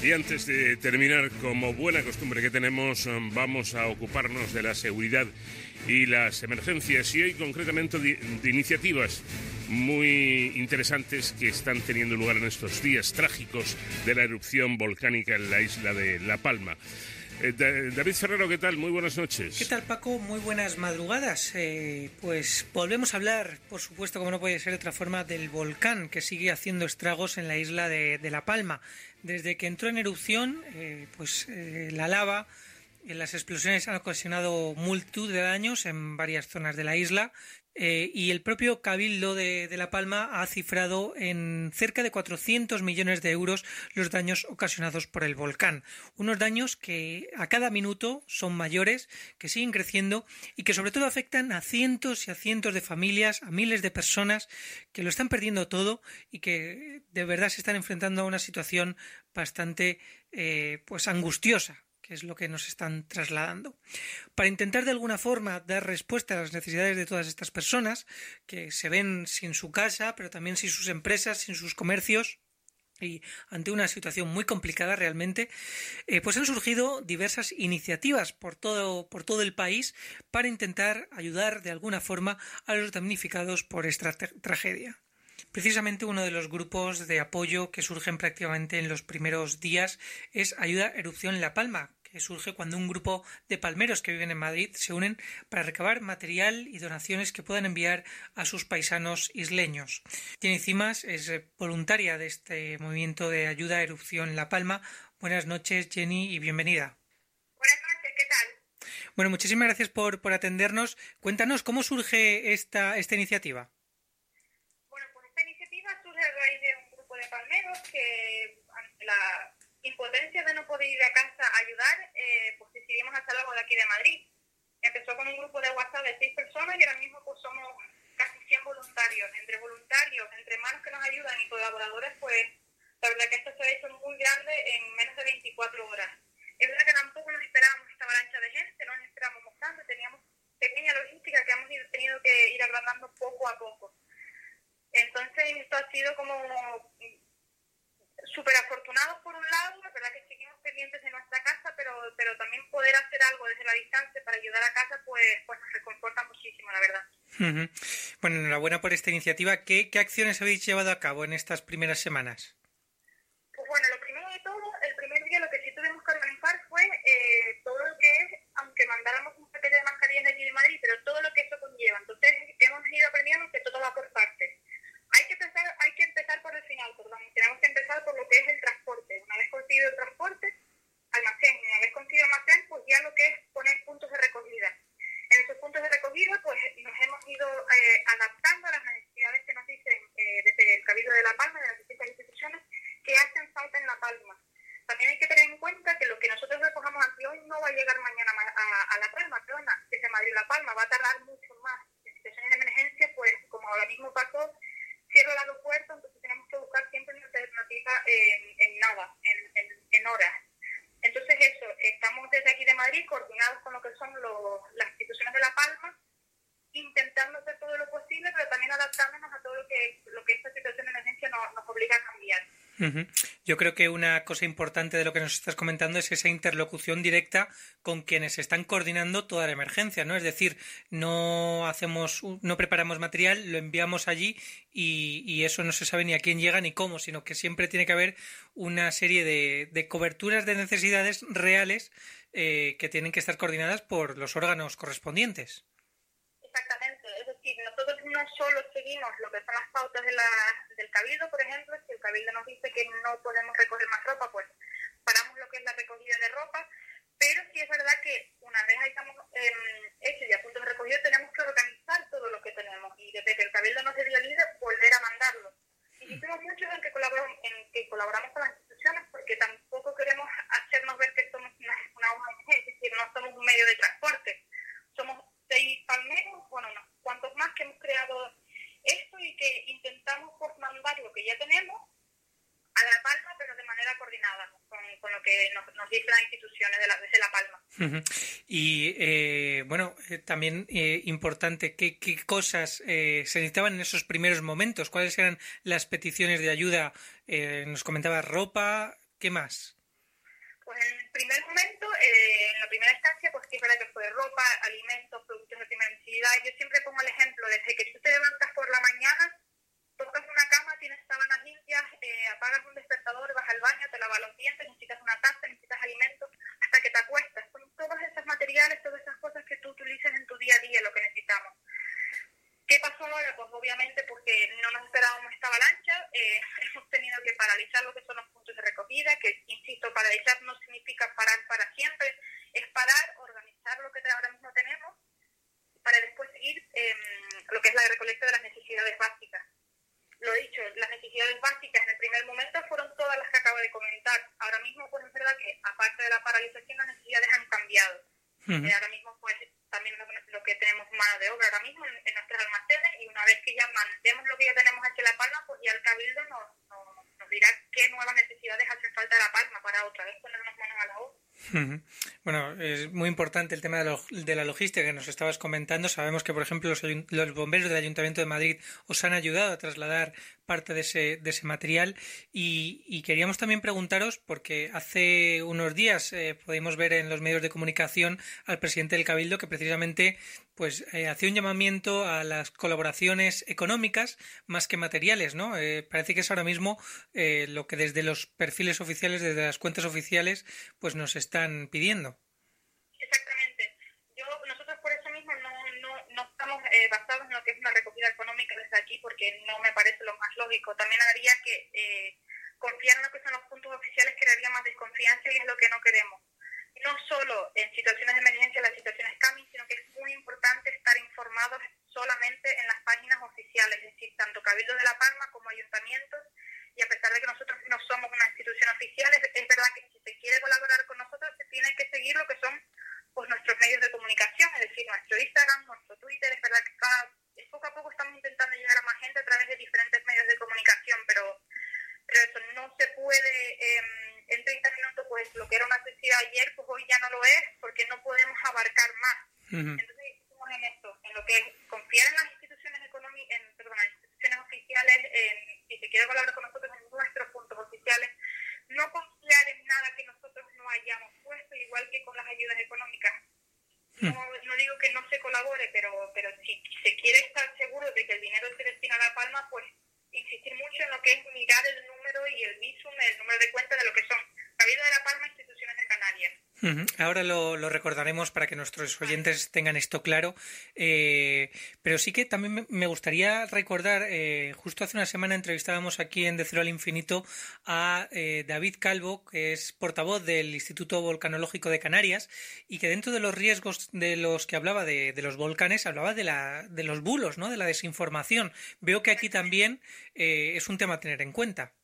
Y antes de terminar, como buena costumbre que tenemos, vamos a ocuparnos de la seguridad y las emergencias, y hoy concretamente de iniciativas muy interesantes que están teniendo lugar en estos días trágicos de la erupción volcánica en la isla de La Palma. David Ferrero, ¿qué tal? Muy buenas noches. ¿Qué tal, Paco? Muy buenas madrugadas. Pues volvemos a hablar, por supuesto, como no puede ser de otra forma, del volcán que sigue haciendo estragos en la isla de La Palma. Desde que entró en erupción, la lava, las explosiones han ocasionado multitud de daños en varias zonas de la isla. Y el propio Cabildo de La Palma ha cifrado en cerca de 400 millones de euros los daños ocasionados por el volcán. Unos daños que a cada minuto son mayores, que siguen creciendo y que sobre todo afectan a cientos y a cientos de familias, a miles de personas que lo están perdiendo todo y que de verdad se están enfrentando a una situación bastante angustiosa, que es lo que nos están trasladando. Para intentar de alguna forma dar respuesta a las necesidades de todas estas personas que se ven sin su casa, pero también sin sus empresas, sin sus comercios, y ante una situación muy complicada realmente, pues han surgido diversas iniciativas por todo el país para intentar ayudar de alguna forma a los damnificados por esta tragedia. Precisamente uno de los grupos de apoyo que surgen prácticamente en los primeros días es Ayuda Erupción La Palma, que surge cuando un grupo de palmeros que viven en Madrid se unen para recabar material y donaciones que puedan enviar a sus paisanos isleños. Jenny Cimas es voluntaria de este movimiento de Ayuda Erupción La Palma. Buenas noches, Jenny, y bienvenida. Buenas noches, ¿qué tal? Bueno, muchísimas gracias por atendernos. Cuéntanos, ¿cómo surge esta iniciativa? A raíz de un grupo de palmeros que, ante la impotencia de no poder ir a casa a ayudar, pues decidimos hacer algo de aquí de Madrid. Empezó con un grupo de WhatsApp de 6 personas y ahora mismo pues somos casi 100 voluntarios. Entre manos que nos ayudan y colaboradores, pues la verdad que esto se ha hecho muy grande en menos de 24 horas. Es verdad que tampoco nos esperábamos esta avalancha de gente, no nos esperábamos tanto, teníamos pequeña logística que hemos tenido que ir agrandando poco a poco. Entonces esto ha sido como súper afortunados por un lado, la verdad que seguimos pendientes de nuestra casa, pero también poder hacer algo desde la distancia para ayudar a casa, pues nos reconforta muchísimo, la verdad. Uh-huh. Bueno, enhorabuena por esta iniciativa. ¿Qué acciones habéis llevado a cabo en estas primeras semanas? Pues bueno, lo primero de todo, el primer día lo que sí tuvimos que organizar fue todo lo que es, aunque mandáramos un paquete de mascarillas de aquí de Madrid, pero todo lo que eso conlleva. Entonces hemos ido aprendiendo que todo va por partes. Hay que empezar por el final, tenemos que empezar por lo que es el transporte. Una vez conseguido el transporte, almacén. Una vez conseguido almacén, pues ya lo que es poner puntos de recogida. En esos puntos de recogida, pues nos hemos ido adaptando a las necesidades que nos dicen desde el Cabildo de La Palma, de las distintas instituciones, que hacen falta en La Palma. También hay que tener en cuenta que lo que nosotros recojamos aquí hoy no va a llegar mañana a La Palma, desde Madrid a La Palma, va a tardar mucho más. En situaciones de emergencia, pues como ahora mismo pasó, cierra el aeropuerto, entonces tenemos que buscar siempre una alternativa en horas. Entonces eso, estamos desde aquí de Madrid coordinados con lo que son las instituciones de La Palma, intentando hacer todo lo posible, pero también adaptándonos a todo lo que esta situación de emergencia nos obliga a cambiar. Uh-huh. Yo creo que una cosa importante de lo que nos estás comentando es esa interlocución directa con quienes están coordinando toda la emergencia, ¿no? Es decir, no preparamos material, lo enviamos allí y eso no se sabe ni a quién llega ni cómo, sino que siempre tiene que haber una serie de coberturas de necesidades reales que tienen que estar coordinadas por los órganos correspondientes. Exactamente, es decir, nosotros no solo seguimos lo que son las pautas del Cabildo, por ejemplo, si el Cabildo nos dice que no podemos recoger más ropa, pues paramos lo que es la recogida de ropa, pero sí es verdad que una vez hayamos hecho ya puntos de recogida, tenemos que organizar todo lo que tenemos y desde que el Cabildo nos dé la libre, volver a mandarlo. Insistimos mucho en que colaboramos con las instituciones porque tampoco queremos hacernos ver que somos una ONG, es decir, no somos un medio de transporte, somos 6 palmeros, bueno, unos cuantos más que hemos creado esto y que intentamos pues mandar lo que ya tenemos a La Palma, pero de manera coordinada con lo que nos dicen las instituciones desde La Palma. Uh-huh. Y también importante, ¿qué cosas se necesitaban en esos primeros momentos? ¿Cuáles eran las peticiones de ayuda? Nos comentaba ropa, ¿qué más? Pues en el primer momento, en la primera instancia, pues sí es verdad que fue ropa, alimentos, productos de primera necesidad. Yo siempre pongo el ejemplo, desde que tú te levantas por la mañana, tocas una cama, tienes sábanas limpias, apagas un despertador, vas al baño, te lavas los dientes, necesitas una taza, necesitas alimentos, hasta que te acuestas. Son todos esos materiales, todas esas cosas que tú utilizas en tu día a día, lo que necesitamos. ¿Qué pasó ahora? Pues obviamente porque no nos esperábamos esta avalancha, hemos tenido que paralizar lo que son los puntos de recogida, que, insisto, paralizar no significa parar para siempre, es parar, organizar lo que ahora mismo tenemos, para después seguir lo que es la recolecta de las necesidades básicas. Lo dicho, las necesidades básicas en el primer momento fueron todas las que acabo de comentar. Ahora mismo, pues es verdad que, aparte de la paralización, las necesidades han cambiado. Ahora mismo, pues, también lo que tenemos mano de obra ahora mismo en nuestros almacenes, y una vez que ya mandemos lo que ya tenemos aquí en La Palma, pues ya el Cabildo nos dirá qué nuevas necesidades hacen falta de La Palma para otra vez ponernos manos a la obra. Bueno, es muy importante el tema de la logística que nos estabas comentando. Sabemos que, por ejemplo, los bomberos del Ayuntamiento de Madrid os han ayudado a trasladar parte de ese material y queríamos también preguntaros, porque hace unos días pudimos ver en los medios de comunicación al presidente del Cabildo que precisamente pues hacía un llamamiento a las colaboraciones económicas más que materiales, ¿no? Parece que es ahora mismo lo que desde los perfiles oficiales, desde las cuentas oficiales, pues nos están pidiendo. Exactamente. Nosotros por eso mismo no estamos basados en lo que es una recogida económica desde aquí, porque no me parece lo más lógico. También habría que confiar en lo que son los puntos oficiales, crearía más desconfianza y es lo que no queremos. No solo en situaciones de emergencia, las situaciones CAMI, sino que es muy importante estar informados solamente en las páginas oficiales, es decir, tanto Cabildo de La Palma como ayuntamientos, y a pesar de que nosotros no somos una institución oficial, es verdad que si se quiere colaborar con nosotros se tiene que seguir lo que son pues nuestros medios de comunicación, es decir, nuestro Instagram, nuestro Twitter. Es verdad que poco a poco estamos intentando llegar a más gente a través de diferentes medios de comunicación, pero eso no se puede en 30 minutos, pues lo que era una necesidad ayer, pues hoy ya no lo es, porque no podemos abarcar más. Entonces, estamos en esto, en lo que es confiar en las instituciones las instituciones oficiales, si se quiere colaborar con nosotros en nuestros puntos oficiales, no confiar en nada que nosotros no hayamos puesto, igual que con las ayudas económicas. No digo que no se colabore, pero si se quiere estar seguro de que el dinero se destina a La Palma, pues insistir mucho en lo que es mirar el número y el visum, el número de cuenta de lo que son Cabildo de La Palma, instituciones de Canarias. Ahora lo recordaremos para que nuestros oyentes tengan esto claro, pero sí que también me gustaría recordar, justo hace una semana entrevistábamos aquí en De Cero al Infinito a David Calvo, que es portavoz del Instituto Volcanológico de Canarias, y que dentro de los riesgos de los que hablaba de los volcanes, hablaba de los bulos, ¿no? De la desinformación. Veo que aquí también es un tema a tener en cuenta.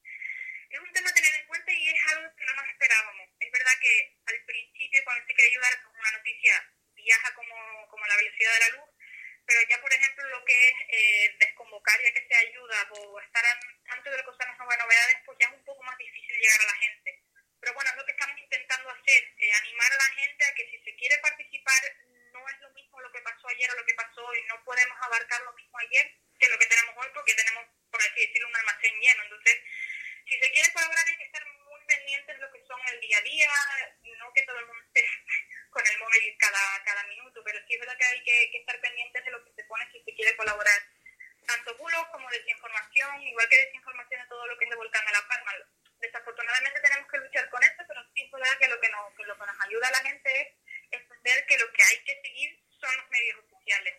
Es un tema a tener en cuenta y es algo que no nos esperábamos. Es verdad que al principio, cuando se quiere ayudar, pues una noticia viaja como la velocidad de la luz, pero ya, por ejemplo, lo que es desconvocar ya que se ayuda o estar tanto de lo que son las nuevas novedades, pues ya es un poco más difícil llegar a la gente. Pero bueno, es lo que estamos intentando hacer, animar a la gente a que si se quiere participar, no es lo mismo lo que pasó ayer o lo que pasó hoy. No podemos abarcar lo mismo ayer que lo que tenemos hoy, porque tenemos, por así decirlo, un almacén lleno. Entonces, si se quiere colaborar hay que estar muy pendientes de lo que son el día a día, no que todo el mundo esté con el móvil cada minuto, pero sí es verdad que hay que estar pendientes de lo que se pone si se quiere colaborar. Tanto bulos como desinformación, igual que desinformación de todo lo que es el volcán de La Palma. Desafortunadamente tenemos que luchar con esto, pero sí es verdad que lo que nos ayuda a la gente es entender que lo que hay que seguir son los medios oficiales.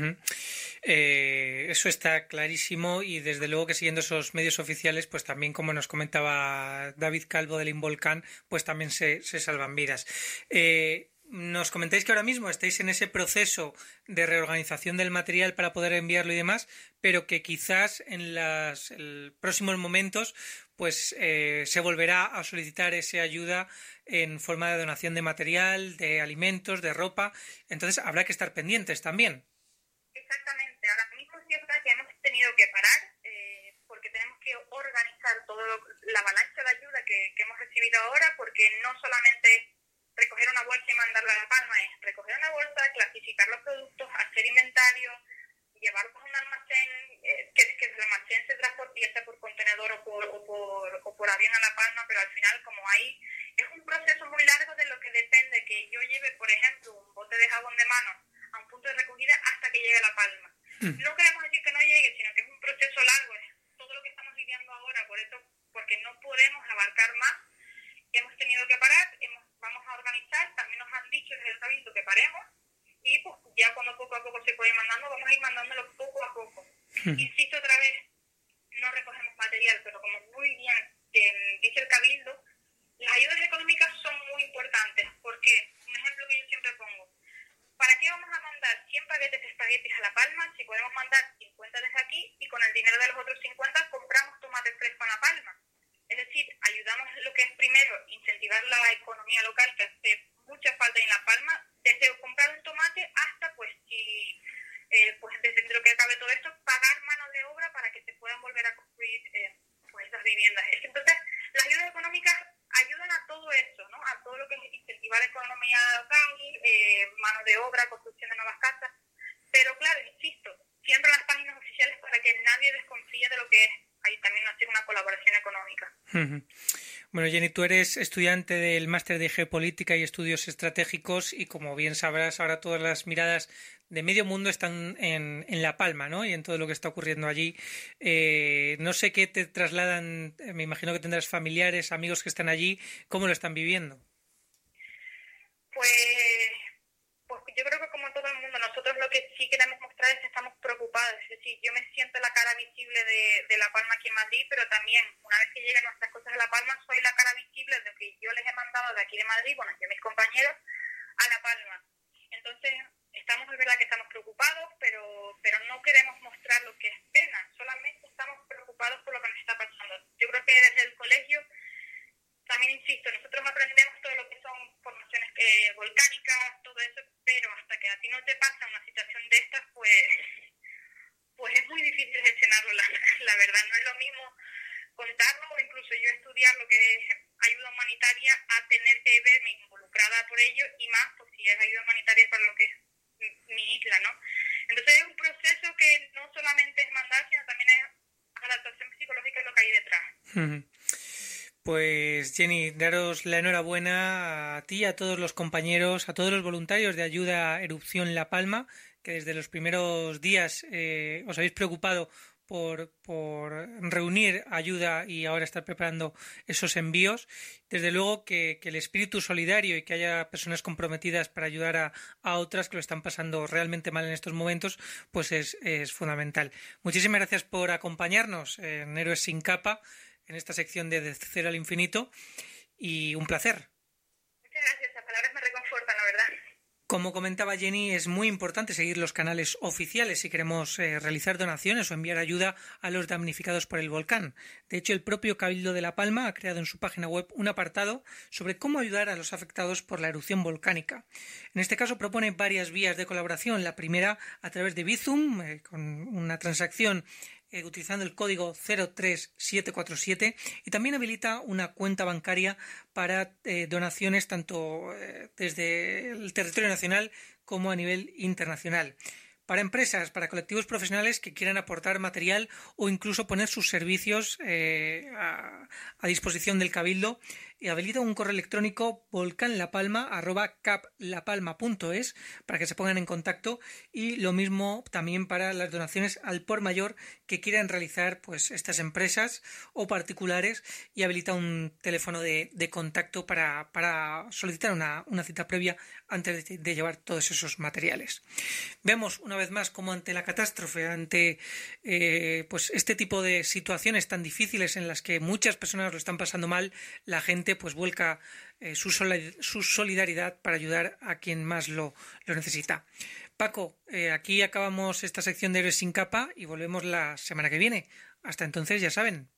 Eso está clarísimo, y desde luego que siguiendo esos medios oficiales, pues también, como nos comentaba David Calvo del Involcán, pues también se salvan vidas. Nos comentáis que ahora mismo estáis en ese proceso de reorganización del material para poder enviarlo y demás, pero que quizás en los próximos momentos pues se volverá a solicitar esa ayuda en forma de donación de material, de alimentos, de ropa. Entonces habrá que estar pendientes también. Exactamente. Ahora mismo sí es verdad que hemos tenido que parar porque tenemos que organizar toda la avalancha de ayuda que hemos recibido ahora, porque no solamente recoger una bolsa y mandarla a La Palma, es recoger una bolsa, clasificar los productos, hacer inventario, llevarlos a un almacén, que el almacén se transporte ya sea por contenedor o por avión a La Palma, pero al final, como ahí es un proceso No queremos decir que no llegue, sino que es un proceso largo, es todo lo que estamos viviendo ahora, por eso, porque no podemos abarcar más, hemos tenido que parar, vamos a organizar, también nos han dicho desde el Cabildo que paremos, y pues ya cuando poco a poco se puede ir mandando, vamos a ir mandándolo poco a poco. Insisto otra vez, no recogemos material, pero como muy bien dice el Cabildo, las ayudas económicas son muy importantes. ¿Por qué? Un ejemplo que yo siempre pongo. ¿Para qué vamos a mandar 100 paquetes de espaguetis a La Palma si podemos mandar 50 desde aquí y con el dinero de los otros 50 compramos tomate fresco en La Palma? Es decir, ayudamos lo que es primero incentivar la economía local, que hace mucha falta en La Palma, desde comprar un tomate hasta, pues, si pues desde lo que acabe todo esto, pagar mano de obra para que se puedan volver a construir pues esas viviendas. Entonces, las ayudas económicas ayudan a todo eso, ¿no? A todo lo que es incentivar la economía local, mano de obra, construcción de nuevas casas. Pero claro, insisto, siempre en las páginas oficiales para que nadie desconfíe de lo que es ahí también hacer una colaboración económica. Bueno, Jenny, tú eres estudiante del Máster de Geopolítica y Estudios Estratégicos y, como bien sabrás, ahora todas las miradas de medio mundo están en La Palma, ¿no? Y en todo lo que está ocurriendo allí. No sé qué te trasladan, me imagino que tendrás familiares, amigos que están allí. ¿Cómo lo están viviendo? Pues yo creo que como todo el mundo, nosotros lo que sí queremos mostrar es que estamos preocupados. Es decir, yo me siento la cara visible de La Palma aquí en Madrid, pero también, una vez que lleguen nuestras cosas a La Palma, soy la cara visible de lo que yo les he mandado de aquí de Madrid, bueno, yo y mis compañeros, a La Palma. Entonces, es verdad que estamos preocupados, pero no queremos mostrar lo que es pena, solamente estamos preocupados por lo que nos está pasando. Yo creo que desde el colegio, también insisto, nosotros aprendemos todo lo que son formaciones volcánicas, todo eso, pero hasta que a ti no te pasa una situación de estas, pues es muy difícil gestionarlo, la verdad. No es lo mismo contarlo o incluso yo estudiar lo que es ayuda humanitaria a tener que verme involucrada por ello, y más pues si es ayuda humanitaria para lo que es mi isla, ¿no? Entonces es un proceso que no solamente es mandar, sino también es adaptación psicológica, lo que hay detrás. Pues Jenny, daros la enhorabuena a ti, a todos los compañeros, a todos los voluntarios de Ayuda Erupción La Palma, que desde los primeros días os habéis preocupado por reunir ayuda y ahora estar preparando esos envíos. Desde luego que el espíritu solidario y que haya personas comprometidas para ayudar a otras que lo están pasando realmente mal en estos momentos, pues es fundamental. Muchísimas gracias por acompañarnos en Héroes sin Capa, en esta sección de Cero al Infinito, y un placer. Muchas gracias, las palabras me reconfortan, la verdad. Como comentaba Jenny, es muy importante seguir los canales oficiales si queremos realizar donaciones o enviar ayuda a los damnificados por el volcán. De hecho, el propio Cabildo de La Palma ha creado en su página web un apartado sobre cómo ayudar a los afectados por la erupción volcánica. En este caso propone varias vías de colaboración. La primera a través de Bizum, con una transacción utilizando el código 03747, y también habilita una cuenta bancaria para donaciones tanto desde el territorio nacional como a nivel internacional. Para empresas, para colectivos profesionales que quieran aportar material o incluso poner sus servicios a disposición del Cabildo, y habilita un correo electrónico volcanlapalma@caplapalma.es para que se pongan en contacto, y lo mismo también para las donaciones al por mayor que quieran realizar pues estas empresas o particulares, y habilita un teléfono de contacto para solicitar una cita previa antes de llevar todos esos materiales. Vemos una vez más cómo ante la catástrofe, ante pues este tipo de situaciones tan difíciles en las que muchas personas lo están pasando mal, la gente pues vuelca su solidaridad para ayudar a quien más lo necesita. Paco, aquí acabamos esta sección de Héroes sin Capa y volvemos la semana que viene. Hasta entonces, ya saben,